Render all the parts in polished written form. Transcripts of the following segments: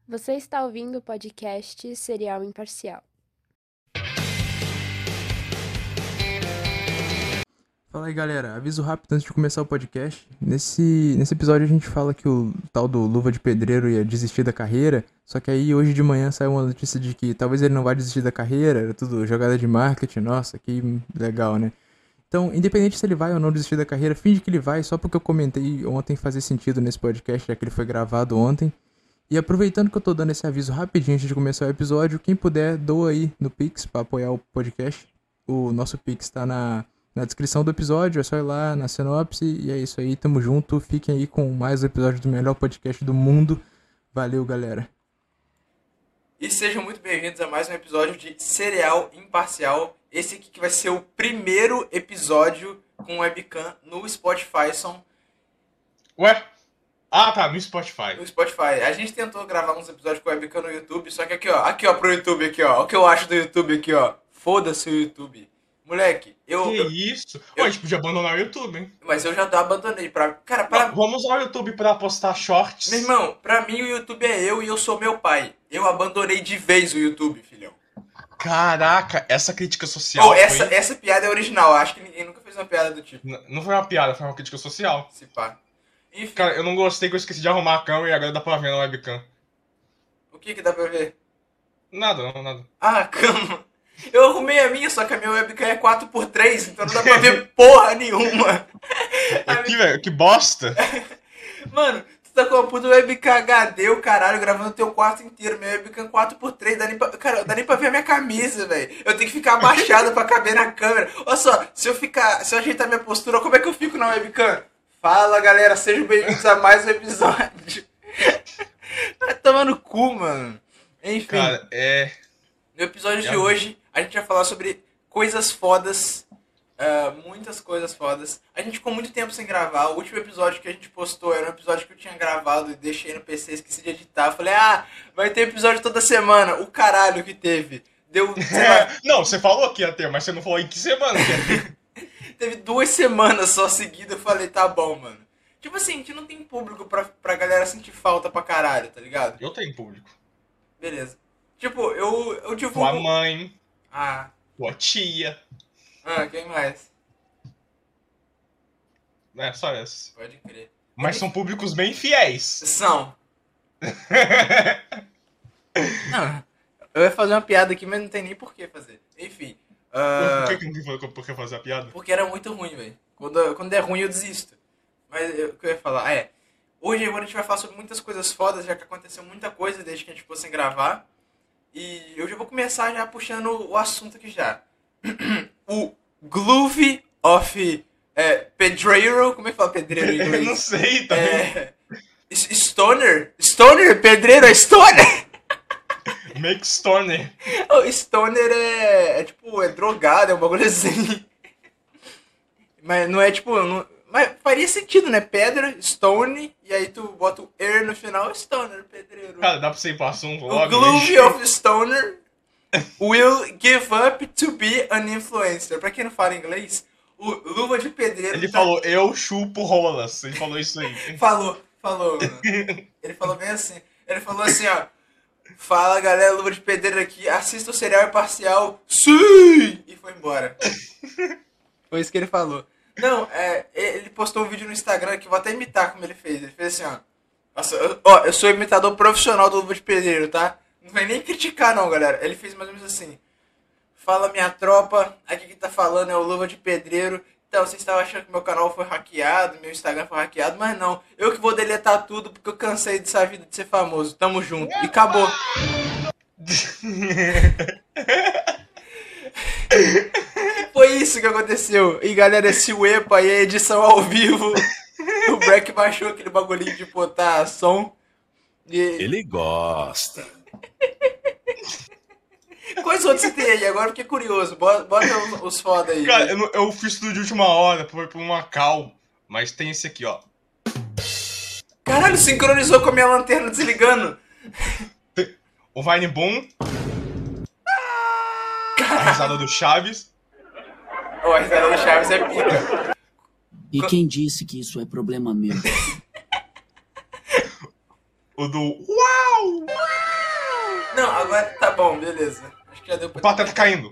Você está ouvindo o podcast Serial Imparcial. Fala aí, galera. Aviso rápido antes de começar o podcast. Nesse episódio a gente fala que o tal do Luva de Pedreiro ia desistir da carreira, só que aí hoje de manhã saiu uma notícia de que talvez ele não vá desistir da carreira, era tudo jogada de marketing. Nossa, que legal, né? Então, independente se ele vai ou não desistir da carreira, finge que ele vai, só porque eu comentei ontem fazer sentido nesse podcast, já que ele foi gravado ontem. E aproveitando que eu tô dando esse aviso rapidinho antes de começar o episódio, quem puder, doa aí no Pix pra apoiar o podcast. O nosso Pix tá na descrição do episódio, é só ir lá na sinopse. E é isso aí, tamo junto. Fiquem aí com mais um episódio do melhor podcast do mundo. Valeu, galera. E sejam muito bem-vindos a mais um episódio de Serial Imparcial. Esse aqui que vai ser o primeiro episódio com webcam no Spotify. Ué? Ah, tá, no Spotify. No Spotify. A gente tentou gravar uns episódios com webcam no YouTube, só que aqui ó, pro YouTube aqui ó. O que eu acho do YouTube aqui ó. Foda-se o YouTube. Moleque, Isso? Ó, a gente podia abandonar o YouTube, hein? Mas eu já abandonei Vamos usar o YouTube pra postar shorts. Meu irmão, pra mim o YouTube é eu e eu sou meu pai. Eu abandonei de vez o YouTube, filhão. Caraca, essa crítica social. Essa piada é original. Acho que ninguém nunca fez uma piada do tipo. Não foi uma piada, foi uma crítica social. Se pá. Enfim. Cara, eu não gostei que eu esqueci de arrumar a câmera e agora dá pra ver na webcam. O que dá pra ver? Nada. Ah, cama. Eu arrumei a minha, só que a minha webcam é 4x3, então não dá pra ver porra nenhuma. Aqui, velho, que bosta. Mano, tu tá com uma puta webcam HD, o caralho, gravando teu quarto inteiro. Minha webcam 4x3, dá nem pra ver a minha camisa, velho. Eu tenho que ficar abaixado pra caber na câmera. Olha só, se eu ajeitar minha postura, como é que eu fico na webcam? Fala, galera, sejam bem-vindos a mais um episódio. Tá tomando cu, mano. Enfim. Cara, No episódio de hoje, a gente vai falar sobre coisas fodas. Muitas coisas fodas. A gente ficou muito tempo sem gravar. O último episódio que a gente postou era um episódio que eu tinha gravado e deixei no PC, esqueci de editar. Falei, vai ter episódio toda semana. O caralho que teve. Deu, sei lá. Não, você falou que ia ter, mas você não falou em que semana que ia ter. Teve 2 semanas só seguidas. Eu falei, tá bom, mano. Tipo assim, a gente não tem público pra galera sentir falta pra caralho, tá ligado? Eu tenho público. Beleza. Tipo, eu divulgo... Tua mãe. Tua tia. Quem mais? É, só essas. Pode crer. Mas são públicos bem fiéis. São. Não, eu ia fazer uma piada aqui, mas não tem nem por que fazer. Enfim. Por que não tem por que fazer a piada? Porque era muito ruim, velho. Quando é ruim, eu desisto. Mas o que eu ia falar hoje a gente vai falar sobre muitas coisas fodas, já que aconteceu muita coisa desde que a gente ficou sem gravar. E eu já vou começar já puxando o assunto aqui já. O Groove of Pedreiro. Como é que fala pedreiro em inglês? Eu não sei também. Stoner? Stoner? Pedreiro é Stoner? Make Stoner. Stoner é drogado, é um bagulho assim. Mas não é tipo... mas faria sentido, né? Pedra, stone, e aí tu bota o er no final, stoner, pedreiro. Cara, dá pra você ir pro assunto O logo? Groove of Stoner will give up to be an influencer. Pra quem não fala inglês, o Luva de Pedreiro... Ele falou, eu chupo rolas. Ele falou isso aí. Falou. Mano. Ele falou bem assim. Ele falou assim, ó. Fala, galera, Luva de Pedreiro aqui. Assista o Serial Imparcial. Sim! E foi embora. Foi isso que ele falou. Não, ele postou um vídeo no Instagram que eu vou até imitar como ele fez. Ele fez assim, ó. Nossa, eu sou imitador profissional do Luva de Pedreiro, tá? Não vai nem criticar não, galera. Ele fez mais ou menos assim. Fala, minha tropa. Aqui quem tá falando é o Luva de Pedreiro. Então, vocês estavam achando que meu canal foi hackeado, meu Instagram foi hackeado, mas não. Eu que vou deletar tudo porque eu cansei dessa vida de ser famoso. Tamo junto. E acabou. Foi isso que aconteceu. E galera, esse Uepa aí é edição ao vivo. O Breck baixou aquele bagulhinho de botar som. Ele gosta. Quais outros você tem aí? Agora eu fiquei curioso. Bota os foda aí. Cara, eu fiz tudo de última hora, foi por uma cal. Mas tem esse aqui, ó. Caralho, sincronizou com a minha lanterna desligando. O Vine Boom. A risada do Chaves. A risada do Chaves é pica. E quem disse que isso é problema meu? O do Uau! Não, agora tá bom, beleza. Acho que já deu O pra... Pateta caindo.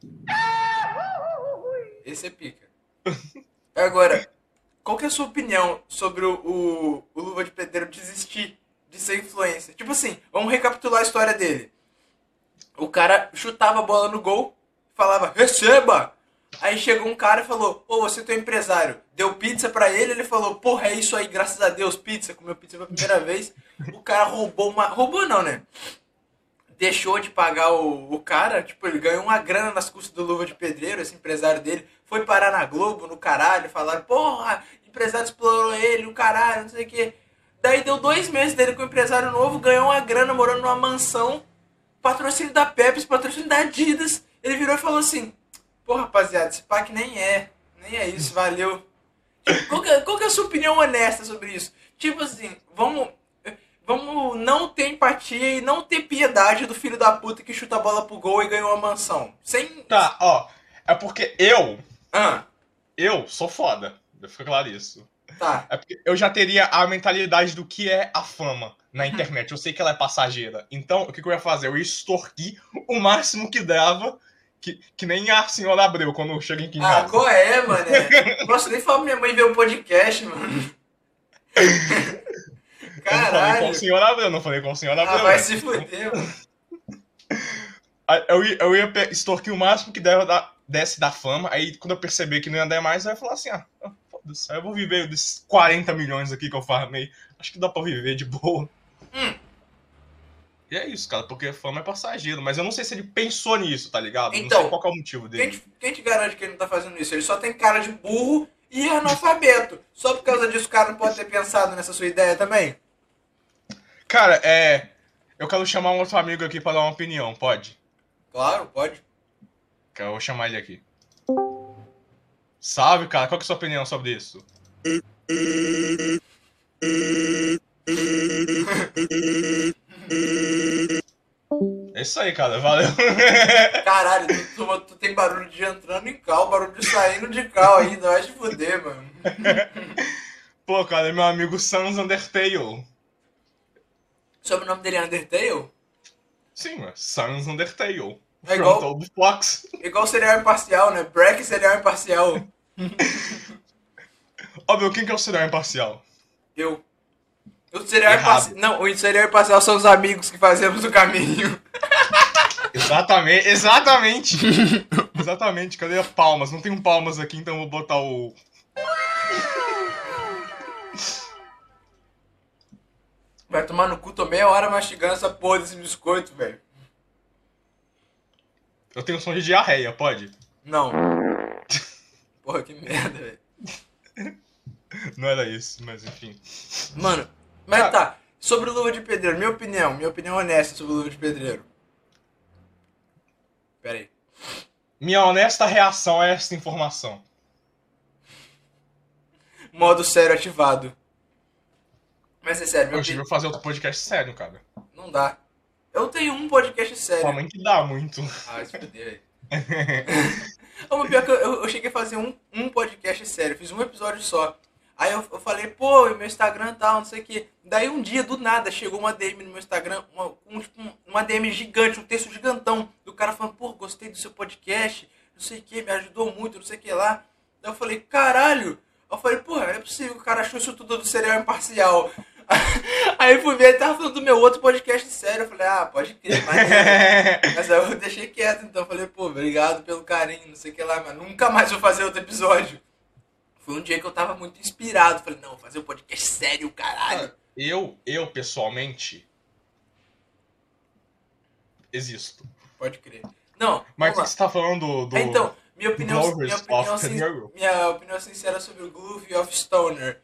Esse é pica. Agora, qual que é a sua opinião sobre o Luva de Pedreiro desistir de ser influencer? Tipo assim, vamos recapitular a história dele. O cara chutava a bola no gol, falava, receba! Aí chegou um cara e falou, ô, você é teu empresário. Deu pizza pra ele, ele falou, porra, é isso aí, graças a Deus, pizza. Comeu pizza pela primeira vez. O cara roubou uma... Roubou não, né? Deixou de pagar o cara, tipo, ele ganhou uma grana nas custas do Luva de Pedreiro, esse empresário dele. Foi parar na Globo, no caralho, falaram, porra, empresário explorou ele, o caralho, não sei o quê. Daí deu 2 meses dele com o empresário novo, ganhou uma grana morando numa mansão, patrocínio da Pepsi, patrocínio da Adidas. Ele virou e falou assim, pô, rapaziada, esse pack nem é isso, valeu. Tipo, qual que é a sua opinião honesta sobre isso? Tipo assim, vamos não ter empatia e não ter piedade do filho da puta que chuta a bola pro gol e ganhou uma mansão. Sem... Tá, ó. É porque eu Ah, sou foda. Fica claro isso. tá. É porque eu já teria a mentalidade do que é a fama na internet. Eu sei que ela é passageira. Então, o que eu ia fazer? Eu ia extorquir o máximo que dava, que nem a senhora Abreu quando chega em Ah, casa. qual é, mano? Não posso nem falar pra minha mãe ver o podcast, mano. Eu não falei com Caralho. a senhora Abreu, não falei com a senhora Ah, Abreu. vai né? se fuder, mano. Eu ia extorquir o máximo que desse da fama. Aí, quando eu perceber que não ia dar mais, eu ia falar assim, foda-se, eu vou viver desses 40 milhões aqui que eu farmei. Acho que dá pra viver de boa. E é isso, cara, porque fama é passageiro. Mas eu não sei se ele pensou nisso, tá ligado? Então, não sei qual que é o motivo dele. Quem te garante que ele não tá fazendo isso? Ele só tem cara de burro e analfabeto. Só por causa disso o cara não pode ter pensado nessa sua ideia também? Cara, eu quero chamar um outro amigo aqui pra dar uma opinião, pode? Claro, pode. Eu vou chamar ele aqui. Salve, cara, qual que é a sua opinião sobre isso? É isso aí, cara, valeu. Caralho, tu tem barulho de entrando em cal, barulho de saindo de cal ainda. Vai te fuder, mano. Pô, cara, é meu amigo Sans Undertale. Sobre o nome dele é Undertale? Sim, mas Sans Undertale. É igual- Frontal do Fox. Igual serial imparcial, né? Break serial imparcial. Ó, meu, quem que é o serial imparcial? Eu. O serial Errado. imparcial. Não, o serial imparcial são os amigos que fazemos o caminho. Exatamente, exatamente. Exatamente, cadê as palmas? Não tem palmas aqui, então eu vou botar o... Vai tomar no cu, tô meia hora mastigando essa porra desse biscoito, velho. Eu tenho som de diarreia, pode? Não. Porra, que merda, velho. Não era isso, mas enfim. Mano, mas tá. Sobre o Luva de Pedreiro, minha opinião honesta sobre o Luva de Pedreiro. Pera aí. Minha honesta reação a esta informação. Modo sério ativado. Mas é sério, Eu tive que fazer outro podcast sério, cara. não dá. Eu tenho um podcast sério. Sua mãe que dá muito. Ah, se fuder, velho. Ô, mas pior que eu cheguei a fazer um podcast sério, fiz um episódio só. Aí eu falei, pô, meu Instagram tal, não sei o que. Daí um dia, do nada, chegou uma DM no meu Instagram, uma DM gigante, um texto gigantão, do cara falando, pô, gostei do seu podcast, não sei o que, me ajudou muito, não sei o que lá. Daí eu falei, caralho. Eu falei, pô, não é possível que o cara achou isso tudo do serial imparcial. Aí eu fui ver, ele tava falando do meu outro podcast sério. Eu falei, pode crer, mas aí eu deixei quieto, então eu falei, pô, obrigado pelo carinho, não sei o que lá, mas nunca mais vou fazer outro episódio. Foi um dia que eu tava muito inspirado, falei, não, vou fazer um podcast sério, caralho. Eu pessoalmente, existo. Pode crer. Não, Mas o vamos que lá. você tá falando do... Então, minha opinião Pedreiro? sincera sobre o Groove of Stoner.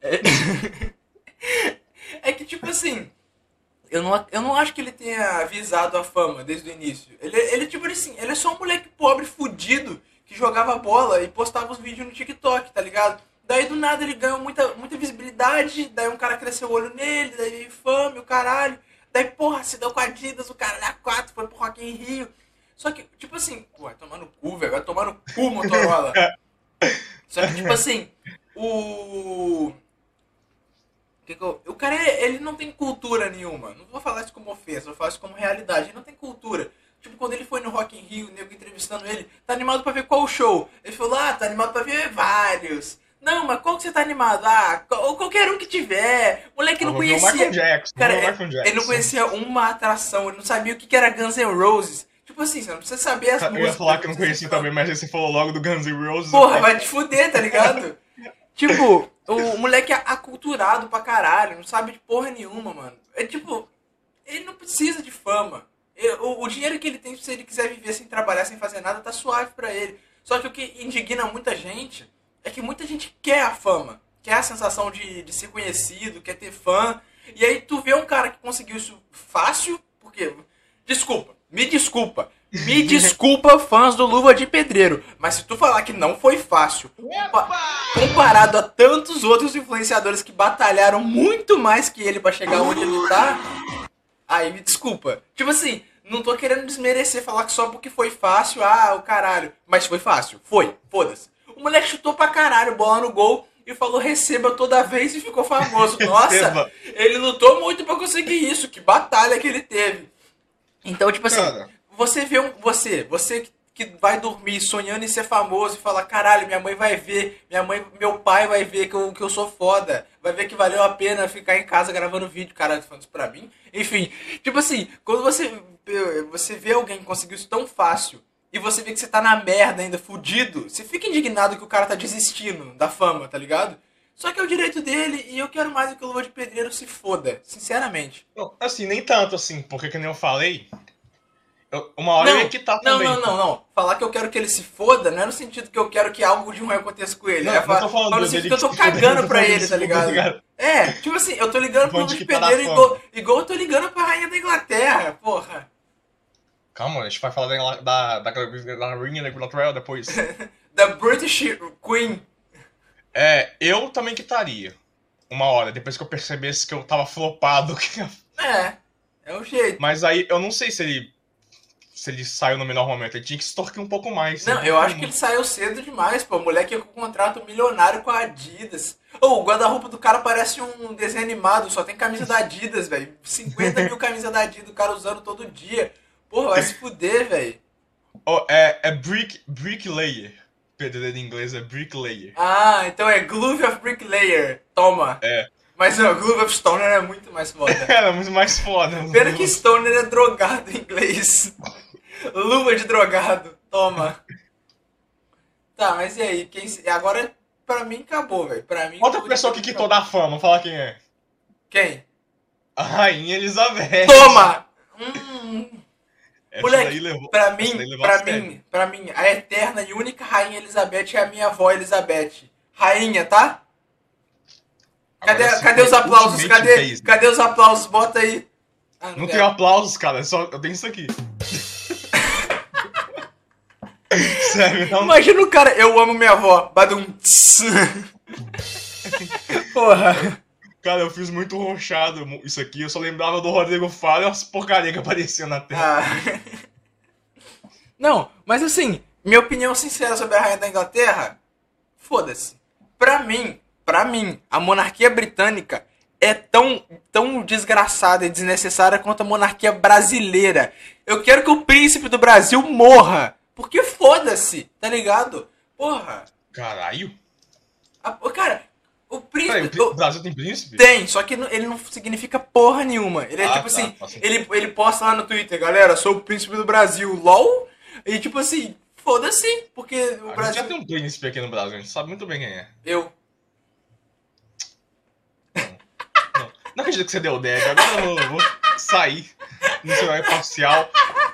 É que, tipo assim, eu não acho que ele tenha visado a fama desde o início. Ele tipo assim, ele é só um moleque pobre, fudido, que jogava bola e postava os vídeos no TikTok, tá ligado? Daí do nada ele ganhou muita visibilidade, daí um cara cresceu o olho nele, daí veio fama, o caralho. Daí, porra, se deu com a Adidas, o cara da 4 foi pro Rock in Rio. Só que, tipo assim, pô, vai tomar no cu, velho, vai tomar no cu, Motorola. Só que, tipo assim, O cara, ele não tem cultura nenhuma. Não vou falar isso como ofensa, vou falar isso como realidade. Ele não tem cultura. Tipo, quando ele foi no Rock in Rio, o nego entrevistando ele, tá animado pra ver qual show? Ele falou, tá animado pra ver vários. Não, mas qual que você tá animado? Qualquer um que tiver. O moleque não conhecia. Michael Jackson, cara, Michael Jackson. Ele não conhecia uma atração, ele não sabia o que era Guns N' Roses. Tipo assim, você não precisa saber as músicas. Eu ia falar que eu não conhecia também, mas aí você falou logo do Guns N' Roses. Porra, vai te fuder, tá ligado? Tipo, o moleque é aculturado pra caralho, não sabe de porra nenhuma, mano. É tipo, ele não precisa de fama. O dinheiro que ele tem, se ele quiser viver sem trabalhar, sem fazer nada, tá suave pra ele. Só que o que indigna muita gente é que muita gente quer a fama, quer a sensação de ser conhecido, quer ter fã. E aí tu vê um cara que conseguiu isso fácil, porque... Me desculpa, fãs do Luva de Pedreiro, mas se tu falar que não foi fácil, comparado a tantos outros influenciadores que batalharam muito mais que ele pra chegar onde ele tá, aí me desculpa. Tipo assim, não tô querendo desmerecer, falar que só porque foi fácil, o caralho. Mas foi fácil, foda-se. O moleque chutou pra caralho, bola no gol e falou receba toda vez e ficou famoso. Nossa, ele lutou muito pra conseguir isso, que batalha que ele teve. Então, tipo assim, cara, você vê você que vai dormir sonhando em ser famoso e falar, caralho, minha mãe vai ver, meu pai vai ver que eu sou foda, vai ver que valeu a pena ficar em casa gravando vídeo, caralho, falando isso pra mim. Enfim, tipo assim, quando você vê alguém que conseguiu isso tão fácil e você vê que você tá na merda ainda, fudido, você fica indignado que o cara tá desistindo da fama, tá ligado? Só que é o direito dele e eu quero mais do que o Luva de Pedreiro se foda, sinceramente. não, assim, nem tanto assim, porque que nem eu falei, uma hora eu ia quitar também. Não. Falar que eu quero que ele se foda não é no sentido que eu quero que algo de ruim aconteça com ele. Não, É não tô falando no sentido que eu tô cagando pra ele, tá ligado? É, tipo assim, eu tô ligando pro Luva de Pedreiro igual eu tô ligando pra Rainha da Inglaterra, porra. Calma, a gente vai falar da Rainha da Inglaterra depois. Da British Queen. Eu também quitaria. Uma hora, depois que eu percebesse que eu tava flopado. É o jeito. Mas aí, eu não sei se ele saiu no menor momento. Ele tinha que se extorquir um pouco mais. Não, eu acho que ele saiu cedo demais, pô. O moleque ia com um contrato milionário com a Adidas. O guarda-roupa do cara parece um desenho animado, só tem camisa da Adidas, velho. 50 mil camisas da Adidas, o cara usando todo dia. Porra, vai se fuder, velho. É bricklayer. Pedreiro em inglês é bricklayer. Então é Glove of Bricklayer. Toma. Mas não, Glove of Stoner é muito mais foda. Era muito mais foda. Pena que Stoner é drogado em inglês. Luva de drogado. Toma. Tá, mas e aí? Agora, pra mim, acabou, velho. Pra mim... Outra pessoa que quitou da fama, vamos falar quem é. Quem? A Rainha Elizabeth. Toma! Essa Moleque, daí levou, pra mim, a eterna e única Rainha Elizabeth é a minha avó Elizabeth. Rainha, tá? Cadê os aplausos? Cadê os aplausos? Bota aí. Não tenho aplausos, cara. Eu tenho isso aqui. Sério, não? Imagina o cara, eu amo minha avó. Badum. Porra. Cara, eu fiz muito ronchado isso aqui. Eu só lembrava do Rodrigo Faro e as porcaria que aparecia na tela. Não, mas assim, minha opinião sincera sobre a Rainha da Inglaterra, foda-se. Pra mim, a monarquia britânica é tão desgraçada e desnecessária quanto a monarquia brasileira. Eu quero que o príncipe do Brasil morra. Porque foda-se, tá ligado? Porra. Caralho. Cara, o príncipe... Peraí, o Brasil tem príncipe? Tem, só que ele não significa porra nenhuma. Ele é tipo assim, ele posta lá no Twitter, galera, sou o príncipe do Brasil, LOL. E tipo assim, foda-se, porque o A Brasil... gente já tem um príncipe aqui no Brasil, a gente sabe muito bem quem é. Eu. Não acredito que você deu 10, agora eu vou sair no seu parcial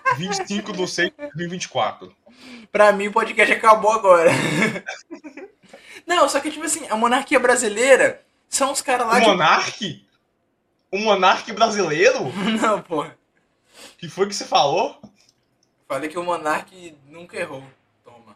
25/6/2024. Pra mim o podcast acabou agora. Não, só que tipo assim, a monarquia brasileira são os caras lá O monarque? O monarque brasileiro? Não, porra. Que foi que você falou? Falei que o monarque nunca errou. Toma.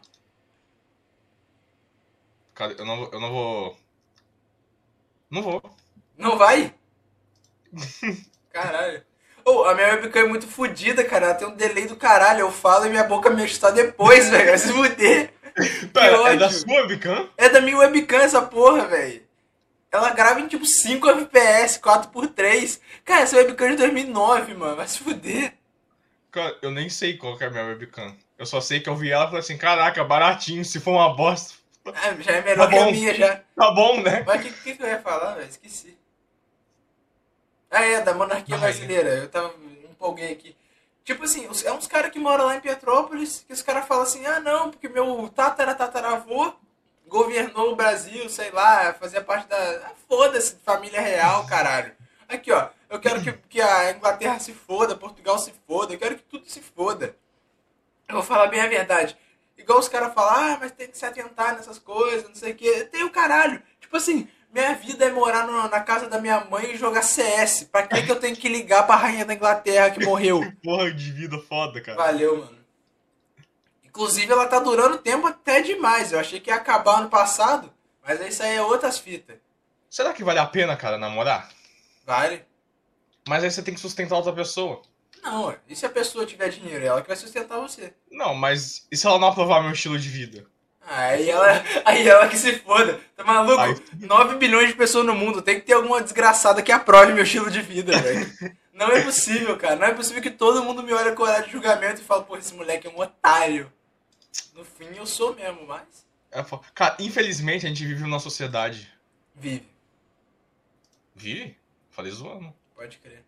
Cara, eu não vou... Não vou. Não vai? Caralho. A minha webcam é muito fodida, cara. Ela tem um delay do caralho. Eu falo e minha boca me ajusta depois, velho. Vai se fuder. Pera, é da sua webcam? É da minha webcam essa porra, velho. Ela grava em tipo 5 FPS, 4x3. Cara, essa webcam é de 2009, mano. Vai se fuder. Cara, eu nem sei qual que é a minha webcam. Eu só sei que eu vi ela e falei assim, caraca, baratinho, se for uma bosta. Já é melhor Tá que a bom. minha, já. Tá bom, né? Mas o que eu ia falar, velho? Esqueci. Ah, é, da monarquia Da brasileira. Eu tava empolguei aqui. Tipo assim, é uns caras que moram lá em Petrópolis, que os caras falam assim, ah não, porque meu tataravô governou o Brasil, sei lá, fazia parte da... Ah, foda-se, família real, caralho. Aqui, ó, eu quero que a Inglaterra se foda, Portugal se foda, eu quero que tudo se foda. Eu vou falar bem a verdade. Igual os caras falam, ah, mas tem que se atentar nessas coisas, não sei o que. Tem o caralho. Tipo assim, minha vida é morar na casa da minha mãe e jogar CS. Pra que eu tenho que ligar pra rainha da Inglaterra que morreu? Porra de vida foda, cara. Valeu, mano. Inclusive, ela tá durando tempo até demais. Eu achei que ia acabar ano passado, mas isso aí é outras fitas. Será que vale a pena, cara, namorar? Vale? Mas aí você tem que sustentar outra pessoa. Não, e se a pessoa tiver dinheiro? Ela que vai sustentar você. Não, mas e se ela não aprovar meu estilo de vida? Aí ela que se foda. Tá maluco? Aí- 9 bilhões de pessoas no mundo. Tem que ter alguma desgraçada que aprove meu estilo de vida, velho. Não é possível, cara. Não é possível que todo mundo me olhe com olhar de julgamento e fale, pô, esse moleque é um otário. No fim, eu sou mesmo, mas Cara, infelizmente a gente vive numa sociedade. vive. Vive? Falei zoando. Pode crer.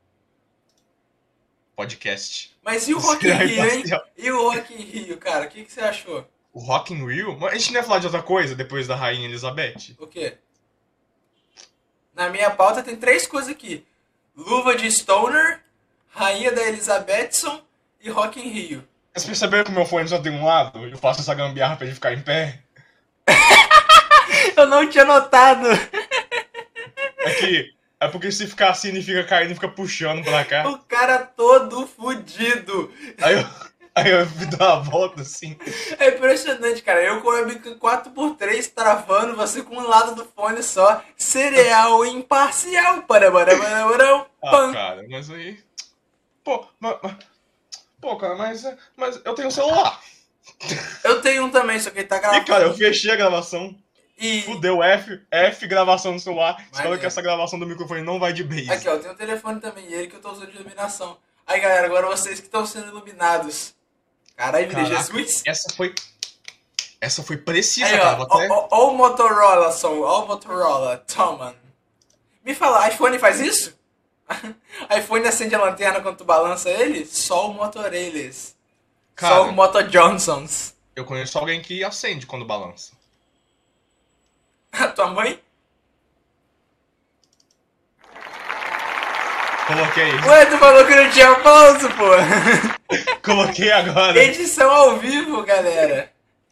Podcast. Mas e o Rock in Será Rio, hein? imparcial. E o Rock in Rio, cara? O que você achou? O Rock in Rio? Mas a gente não ia falar de outra coisa depois da Rainha Elizabeth? O quê? Na minha pauta tem 3 coisas aqui. Luva de Stoner, Rainha da Elizabethson e Rock in Rio. Vocês perceberam que o meu fone só tem um lado? Eu faço essa gambiarra pra ele ficar em pé? Eu não tinha notado. É porque se ficar assim, ele fica caindo e fica puxando pra cá. O cara todo fudido. Aí eu dou uma volta assim. É impressionante, cara. Eu com a webcam 4x3 travando, você com um lado do fone só. Cereal imparcial. Parabarabarabarão. Ah, cara, mas aí... Cara, mas eu tenho um celular. Eu tenho um também, só que ele tá E, gravando. cara, eu fechei a gravação. E... Fudeu, F gravação no celular. Espero Maneiro. que essa gravação do microfone não vai de base. Aqui, ó, tem um telefone também, e ele que eu tô usando de iluminação. Aí, galera, agora vocês que estão sendo iluminados. Caralho, virei Caraca, Jesus. Essa foi precisa, Aí, cara. ó, Vou até... ó o Motorola, som. Ó o Motorola, toma. Me fala, iPhone faz isso? iPhone acende a lanterna quando tu balança ele? Só o Motoreles. Cara, Só o Moto Johnsons. eu conheço alguém que acende quando balança. A tua mãe? Coloquei. Ué, tu falou que não tinha pausa, pô. Coloquei agora. Edição ao vivo, galera.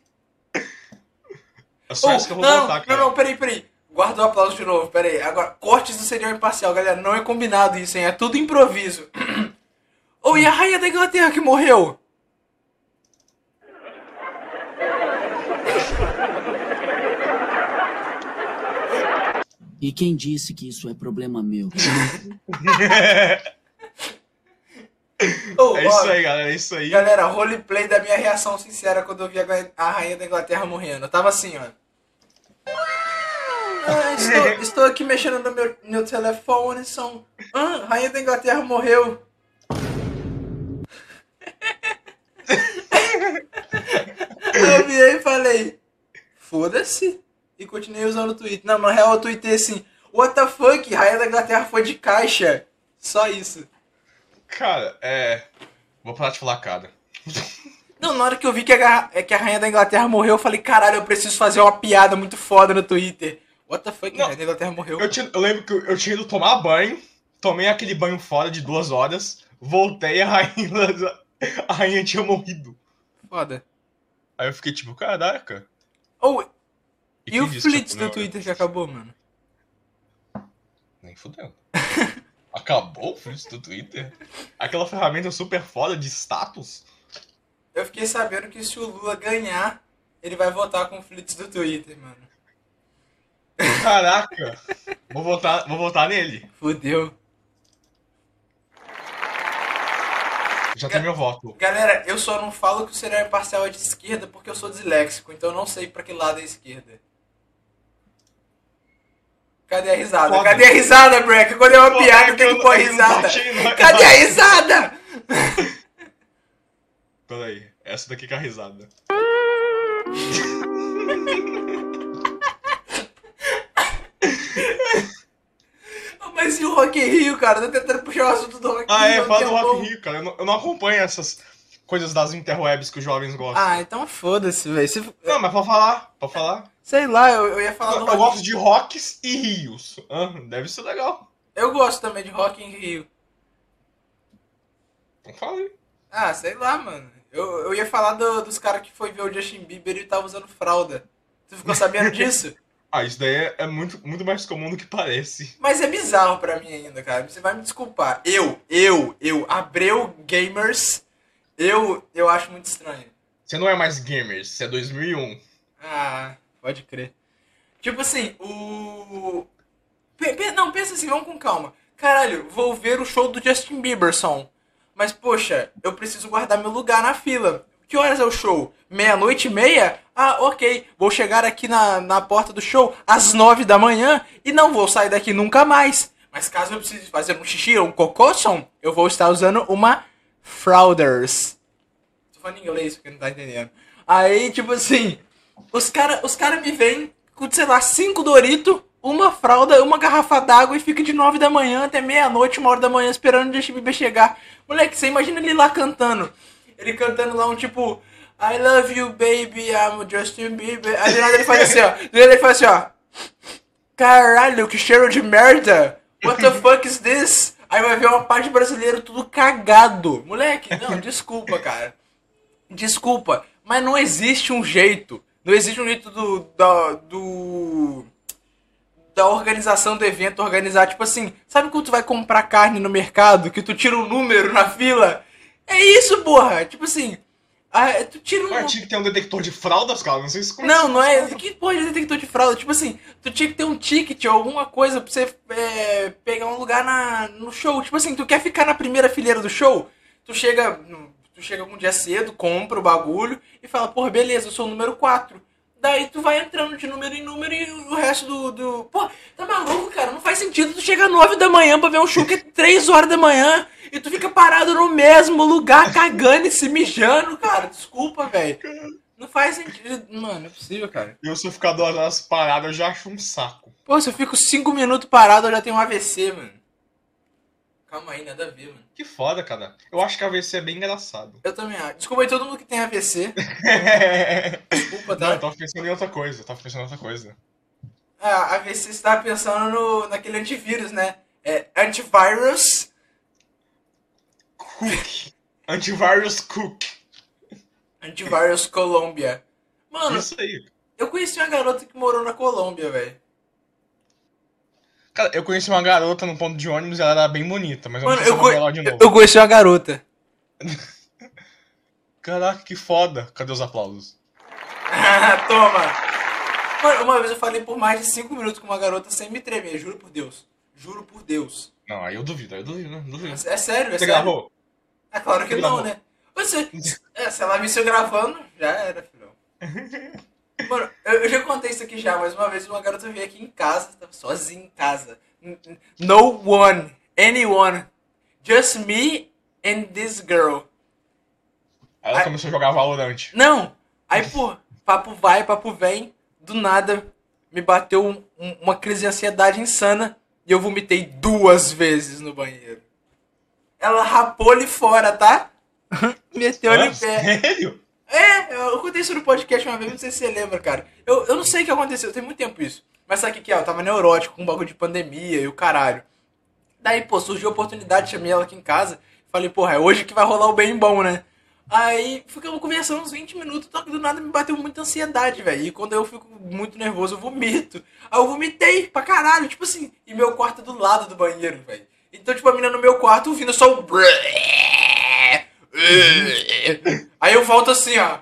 É só isso que eu vou botar, cara. não, peraí. Guarda o aplauso de novo, peraí. Agora, cortes do serial imparcial, galera. Não é combinado isso, hein? É tudo improviso. E a rainha da Inglaterra que morreu? E quem disse que isso é problema meu? Oh, É isso aí, galera. É isso aí. Galera, roleplay da minha reação sincera quando eu vi a rainha da Inglaterra morrendo. Eu tava assim, ó. Estou aqui mexendo no meu telefone, rainha da Inglaterra morreu. Eu virei e falei, foda-se. E continuei usando o Twitter. Não, mas na real eu tuitei assim, what the fuck, rainha da Inglaterra foi de caixa. Só isso. Cara, vou parar de falar, cara. Não, na hora que eu vi que a rainha da Inglaterra morreu, eu falei, caralho, eu preciso fazer uma piada muito foda no Twitter. What the fuck, a rainha da Inglaterra morreu. Eu lembro que eu tinha ido tomar banho, tomei aquele banho fora de 2 horas, voltei e a rainha tinha morrido. Foda. Aí eu fiquei tipo, caraca. E quem o disse que Flits eu- do Twitter que acabou, mano? Nem fudendo. Acabou o Flits do Twitter? Aquela ferramenta super foda de status? Eu fiquei sabendo que se o Lula ganhar, ele vai votar com o Flits do Twitter, mano. Caraca! Vou votar nele. Fudeu. Já tem meu voto. Galera, eu só não falo que o serial imparcial é de esquerda porque eu sou disléxico, então eu não sei pra que lado é esquerda. Cadê a risada? Foda. Cadê a risada, Breck? Quando é uma Pô, piada, é que tem que eu pôr a não risada. baixei, não. Cadê a risada? Peraí, essa daqui que é a risada. Mas e o Rock in Rio, cara? Tô tentando puxar o assunto do Rock in Rio. Ah, é, há um fala do tempão. Rock in Rio, cara. Eu não acompanho essas coisas das interwebs que os jovens gostam. Ah, então foda-se, velho. Não, mas pode falar, pode falar. Sei lá, eu ia falar do Eu Rock gosto de rocks e rios. Deve ser legal. Eu gosto também de Rock in Rio. Então fala aí. Ah, sei lá, mano. Eu ia falar dos caras que foi ver o Justin Bieber e tava usando fralda. Tu ficou sabendo disso? Ah, isso daí é muito, muito mais comum do que parece. Mas é bizarro pra mim ainda, cara. Você vai me desculpar. Abreu Gamers, eu acho muito estranho. Você não é mais gamer, você é 2001. Ah, pode crer. Tipo assim, Não, pensa assim, vamos com calma. Caralho, vou ver o show do Justin Bieberson. Mas, poxa, eu preciso guardar meu lugar na fila. Que horas é o show? 00:30? Ah, ok. Vou chegar aqui na porta do show às 9 da manhã e não vou sair daqui nunca mais. Mas caso eu precise fazer um xixi ou um cocôson, eu vou estar usando uma Frauders. Tô falando em inglês porque não tá entendendo. Aí, tipo assim, os cara me vêm com, sei lá, 5 Doritos, uma fralda, uma garrafa d'água e fica de 9 da manhã até meia-noite, 1 hora da manhã, esperando o Justin Bieber chegar. Moleque, você imagina ele lá cantando. Ele cantando lá um tipo, I love you, baby, I'm Justin Bieber. Aí do nada ele faz assim, ó. Do nada ele faz assim, ó. Caralho, que cheiro de merda. What the fuck is this? Aí vai ver uma parte brasileira tudo cagado. Moleque, não, desculpa, cara. Desculpa, mas não existe um jeito. Não existe um jeito da organização do evento organizar, tipo assim, sabe quando tu vai comprar carne no mercado, que tu tira um número na fila? É isso, porra! Tipo assim, tu tira um... Mas tinha que ter um detector de fraldas, cara, não sei se... Não é... Que porra de detector de fralda? Tipo assim, tu tinha que ter um ticket ou alguma coisa pra você pegar um lugar no show. Tipo assim, tu quer ficar na primeira fileira do show? Tu chega um dia cedo, compra o bagulho e fala, porra, beleza, eu sou o número 4. Daí tu vai entrando de número em número e o resto do... Pô, tá maluco, cara? Não faz sentido tu chegar 9 da manhã pra ver um show que é 3 horas da manhã e tu fica parado no mesmo lugar, cagando e se mijando, cara. Desculpa, velho. Não faz sentido. Mano, não é possível, cara. Se eu ficar 2 horas parado, eu já acho um saco. Pô, se eu fico 5 minutos parado, eu já tenho um AVC, mano. Calma aí, nada a ver, mano. Que foda, cara. Eu acho que a AVC é bem engraçado. Eu também acho. Desculpa aí todo mundo que tem AVC. Desculpa, tá? Não, eu tava pensando em outra coisa. Ah, AVC você tava pensando naquele antivírus, né? É antivirus. Cook. Antivirus Cook. Antivirus Colômbia. Mano, Isso aí. eu conheci uma garota que morou na Colômbia, velho. Cara, eu conheci uma garota no ponto de ônibus e ela era bem bonita, mas eu Mano, não sei se eu vou ver ela de novo. eu conheci uma garota. Caraca, que foda. Cadê os aplausos? Toma. Mano, uma vez eu falei por mais de 5 minutos com uma garota sem me tremer, juro por Deus. Juro por Deus. Não, aí eu duvido, não duvido. É sério, é Você sério. gravou? É claro que Você não, gravou? né? Se ela visse eu gravando, já era, filhão. Mano, eu já contei isso aqui já, mas uma vez uma garota veio aqui em casa, tava sozinha em casa. No one, anyone, just me and this girl. Aí ela começou a jogar Valorant. Não! Aí, pô, papo vai, papo vem, do nada me bateu uma crise de ansiedade insana e eu vomitei 2 vezes no banheiro. Ela rapou ali fora, tá? Meteu ali em pé. Sério? Eu contei isso no podcast uma vez, não sei se você lembra, cara. Eu não sei o que aconteceu, tem muito tempo isso. Mas sabe o que é? Eu tava neurótico com um bagulho de pandemia e o caralho. Daí, pô, surgiu a oportunidade, chamei ela aqui em casa. Falei, porra, é hoje que vai rolar o bem bom, né? Aí ficamos conversando uns 20 minutos, só que do nada me bateu muita ansiedade, velho. E quando eu fico muito nervoso, eu vomito. Aí eu vomitei pra caralho, tipo assim. E meu quarto é do lado do banheiro, velho. Então, tipo, a menina no meu quarto ouvindo só o... Aí eu volto assim, ó.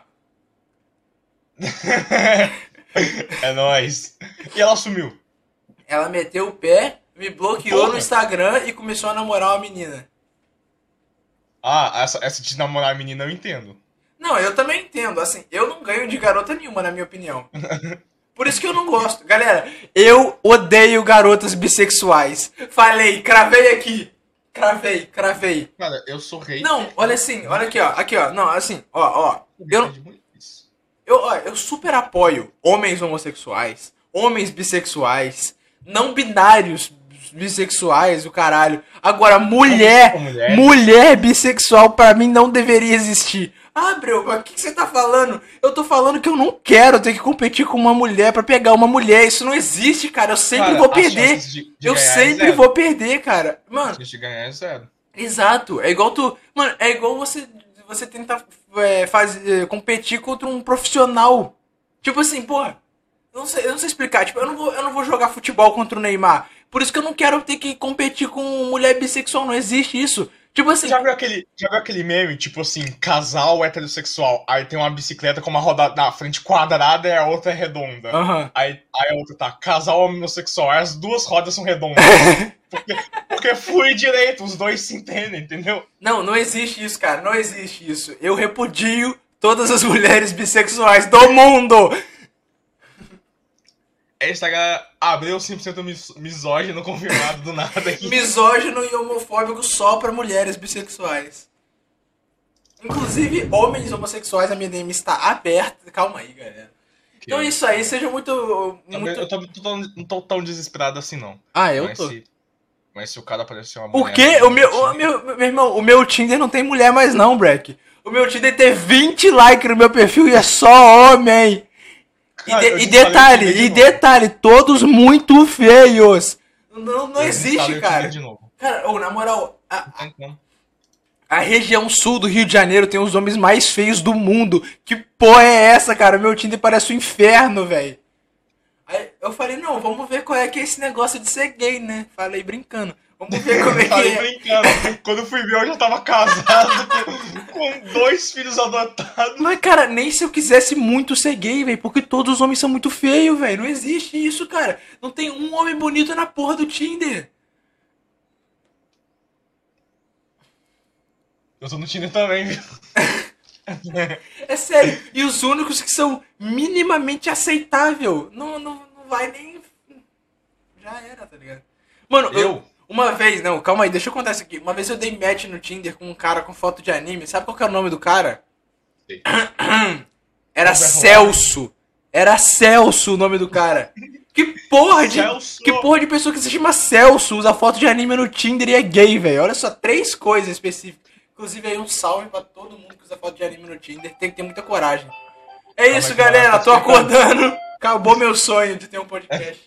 É nóis. E ela sumiu. Ela meteu o pé, me bloqueou Porra. no Instagram e começou a namorar uma menina. Ah, essa de namorar a menina eu entendo. Não, eu também entendo, assim, eu não ganho de garota nenhuma, na minha opinião. Por isso que eu não gosto. Galera, eu odeio garotas bissexuais. Falei, cravei aqui. Cravei. Cara, eu sou hater. Não, olha assim, olha aqui, ó. Aqui, ó. Não, assim, ó. Eu super apoio homens homossexuais, homens bissexuais, não binários bissexuais, o caralho. Agora, mulher bissexual pra mim não deveria existir. Ah, Breu, mas o que você tá falando? Eu tô falando que eu não quero ter que competir com uma mulher pra pegar uma mulher. Isso não existe, cara. Eu sempre vou perder. Eu sempre vou perder, cara. Mano. A chance de ganhar é zero. Exato. É igual tu. Mano, é igual você tentar competir contra um profissional. Tipo assim, porra. Eu não sei explicar. Tipo, eu não vou jogar futebol contra o Neymar. Por isso que eu não quero ter que competir com mulher bissexual. Não existe isso. Tipo assim. Já viu aquele meme, tipo assim, casal heterossexual, aí tem uma bicicleta com uma roda na frente quadrada e a outra é redonda. Uhum. Aí a outra tá, casal homossexual, aí as duas rodas são redondas. porque flui direito, os dois se entendem, entendeu? Não existe isso, cara. Não existe isso. Eu repudio todas as mulheres bissexuais do mundo. Instagram abriu 100% misógino confirmado do nada aqui. Misógino e homofóbico só pra mulheres bissexuais. Inclusive, homens homossexuais, a minha DM está aberta. Calma aí, galera. Okay. Então é isso aí, seja muito... Eu não tô tão desesperado assim, não. Ah, eu tô. Mas se o cara aparecer uma mulher... Por quê? Meu irmão, o meu Tinder não tem mulher mais não, Breck. O meu Tinder tem 20 likes no meu perfil e é só homem. Cara, e detalhe, todos muito feios. Não existe, cara. Cara, na moral, a região sul do Rio de Janeiro tem os homens mais feios do mundo. Que porra é essa, cara? Meu Tinder parece um inferno, velho. Aí eu falei, não, vamos ver qual é que é esse negócio de ser gay, né? Falei brincando. Vamos ver como é que Falei brincando. Quando fui ver, eu já tava casado com 2 filhos adotados. Mas, cara, nem se eu quisesse muito ser gay, velho. Porque todos os homens são muito feios, velho. Não existe isso, cara. Não tem um homem bonito na porra do Tinder. Eu tô no Tinder também, viu? É sério. E os únicos que são minimamente aceitável. Não vai nem... Já era, tá ligado? Mano, uma vez, não, calma aí, deixa eu contar isso aqui. Uma vez eu dei match no Tinder com um cara com foto de anime. Sabe qual que era o nome do cara? Sim. Era Celso. Era Celso o nome do cara. Que porra de pessoa que se chama Celso usa foto de anime no Tinder e é gay, velho. Olha só, 3 coisas específicas. Inclusive aí um salve pra todo mundo que usa foto de anime no Tinder. Tem que ter muita coragem. É isso, galera. Tô acordando. Acabou meu sonho de ter um podcast.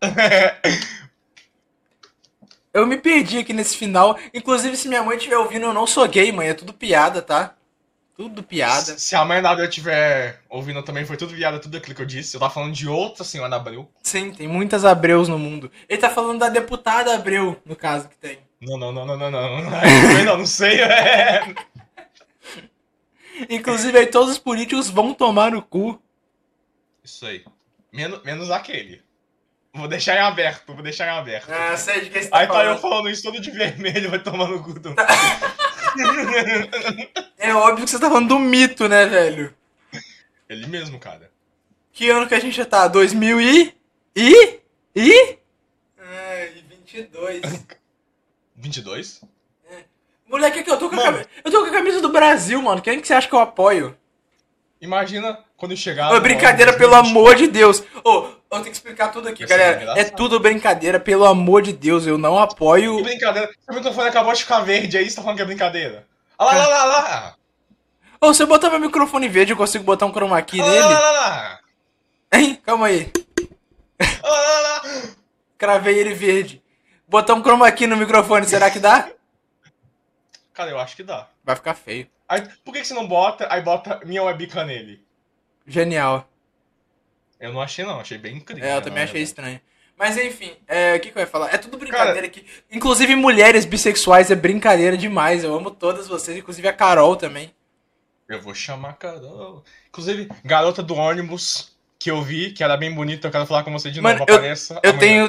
Eu me perdi aqui nesse final. Inclusive, se minha mãe estiver ouvindo, eu não sou gay, mãe. É tudo piada, tá? Tudo piada. Se a mãe nada estiver ouvindo também, foi tudo piada, tudo aquilo que eu disse. Eu tava falando de outra senhora Abreu. Sim, tem muitas Abreus no mundo. Ele tá falando da deputada Abreu, no caso que tem. Não. Não sei. Inclusive, aí todos os políticos vão tomar no cu. Isso aí. Menos aquele. Vou deixar em aberto. Ah, sei de quem você tá aí falando. Tá eu falando isso todo de vermelho, vai tomar no cu. É óbvio que você tá falando do mito, né, velho? Ele mesmo, cara. Que ano que a gente já tá? 2022. 22? É. Moleque, aqui, eu tô com a camisa do Brasil, mano. Quem que você acha que eu apoio? Imagina quando chegar... Ô, brincadeira, pelo amor de Deus. Ô, eu tenho que explicar tudo aqui, galera. É tudo brincadeira, pelo amor de Deus. Eu não apoio... Que brincadeira? Seu microfone acabou de ficar verde aí, você tá falando que é brincadeira. Olha lá. Ô, se eu botar meu microfone verde, eu consigo botar um chroma key nele? Lá. Hein? Calma aí. Lá. Cravei ele verde. Botar um chroma key no microfone, será que dá? Cara, eu acho que dá. Vai ficar feio. Aí, por que você não bota, aí bota minha webcam nele? Genial. Eu não achei não, achei bem incrível. Eu também achei estranho. Mas enfim, o que eu ia falar? É tudo brincadeira aqui. Inclusive mulheres bissexuais é brincadeira demais. Eu amo todas vocês, inclusive a Carol também. Eu vou chamar a Carol. Inclusive, garota do ônibus que eu vi, que era bem bonita, eu quero falar com você de novo, apareça. Eu tenho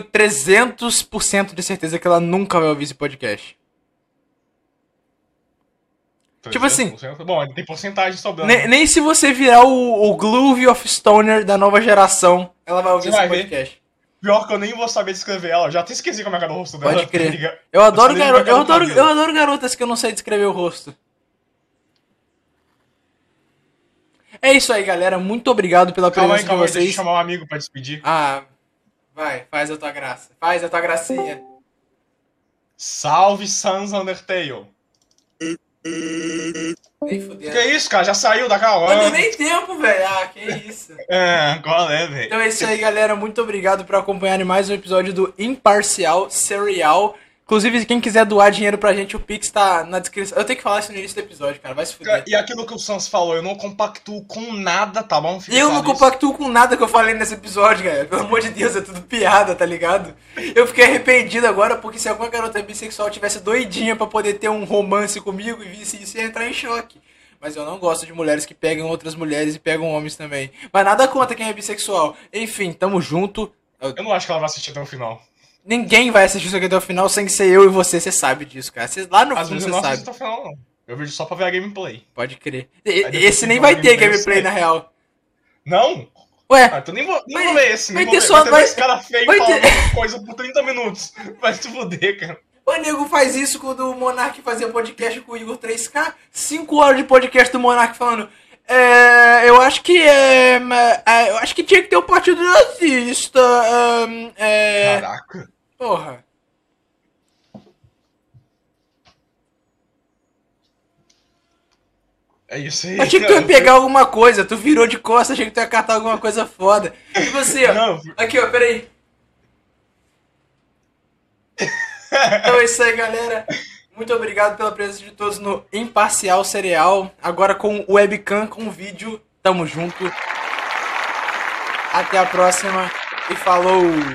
300% de certeza que ela nunca vai ouvir esse podcast. Tipo assim, 300%. Bom, ainda tem porcentagem sobrando. nem se você virar o Groove of Stoner da nova geração, ela vai ouvir Você esse vai podcast. Pior que eu nem vou saber descrever ela. Já até esqueci como é que é o rosto dela. Pode tá crer. ligado? Eu adoro, sei nem como é que ela tá eu adoro garotas que eu não sei descrever o rosto. É isso aí, galera. Muito obrigado pela Calma presença aí, de deixa eu vocês. chamar um amigo pra despedir. Ah, vai, faz a tua graça. Faz a tua gracinha. Salve, Sans Undertale. Nem Que fudendo. isso, cara? Já saiu daquela Não deu hora. nem tempo, velho. Ah, que isso. Qual é, velho? Então é isso aí, galera. Muito obrigado por acompanharem mais um episódio do Imparcial Serial. Inclusive, quem quiser doar dinheiro pra gente, o Pix tá na descrição. Eu tenho que falar isso no início do episódio, cara. Vai se fuder. E aquilo que o Sans falou, eu não compactuo com nada, tá bom? Fica Eu não claro isso. compactuo com nada que eu falei nesse episódio, cara. Pelo amor de Deus, é tudo piada, tá ligado? Eu fiquei arrependido agora porque se alguma garota bissexual tivesse doidinha pra poder ter um romance comigo e visse isso, ia entrar em choque. Mas eu não gosto de mulheres que pegam outras mulheres e pegam homens também. Mas nada contra quem é bissexual. Enfim, tamo junto. Eu não acho que ela vai assistir até o final. Ninguém vai assistir isso aqui até o final sem ser eu e você, você sabe disso, cara. Cê, lá no Às fundo vezes você eu não sabe. assisto até o final, não. Eu vejo só pra ver a gameplay. Pode crer. depois Esse que nem joga vai ter gameplay, gameplay eu na sei. real. Não? Ué, Ah, então nem vou Vai- ver esse. vai Nem ter vou ver. só- Vai ter vai- dois cara feio vai falando ter- coisa por 30 minutos. Vai se fuder, cara. o nego faz isso quando o Monark fazia podcast com o Igor 3K. 5 horas de podcast do Monark falando. Eu acho que eu acho que tinha que ter um partido nazista. Caraca. Porra. É isso aí. Achei que tu ia pegar alguma coisa, tu virou de costas, achei que tu ia catar alguma coisa foda. E você, ó. Não. Aqui, ó, peraí. Então é isso aí, galera. Muito obrigado pela presença de todos no Imparcial Serial. Agora com webcam, com vídeo. Tamo junto. Até a próxima e falou!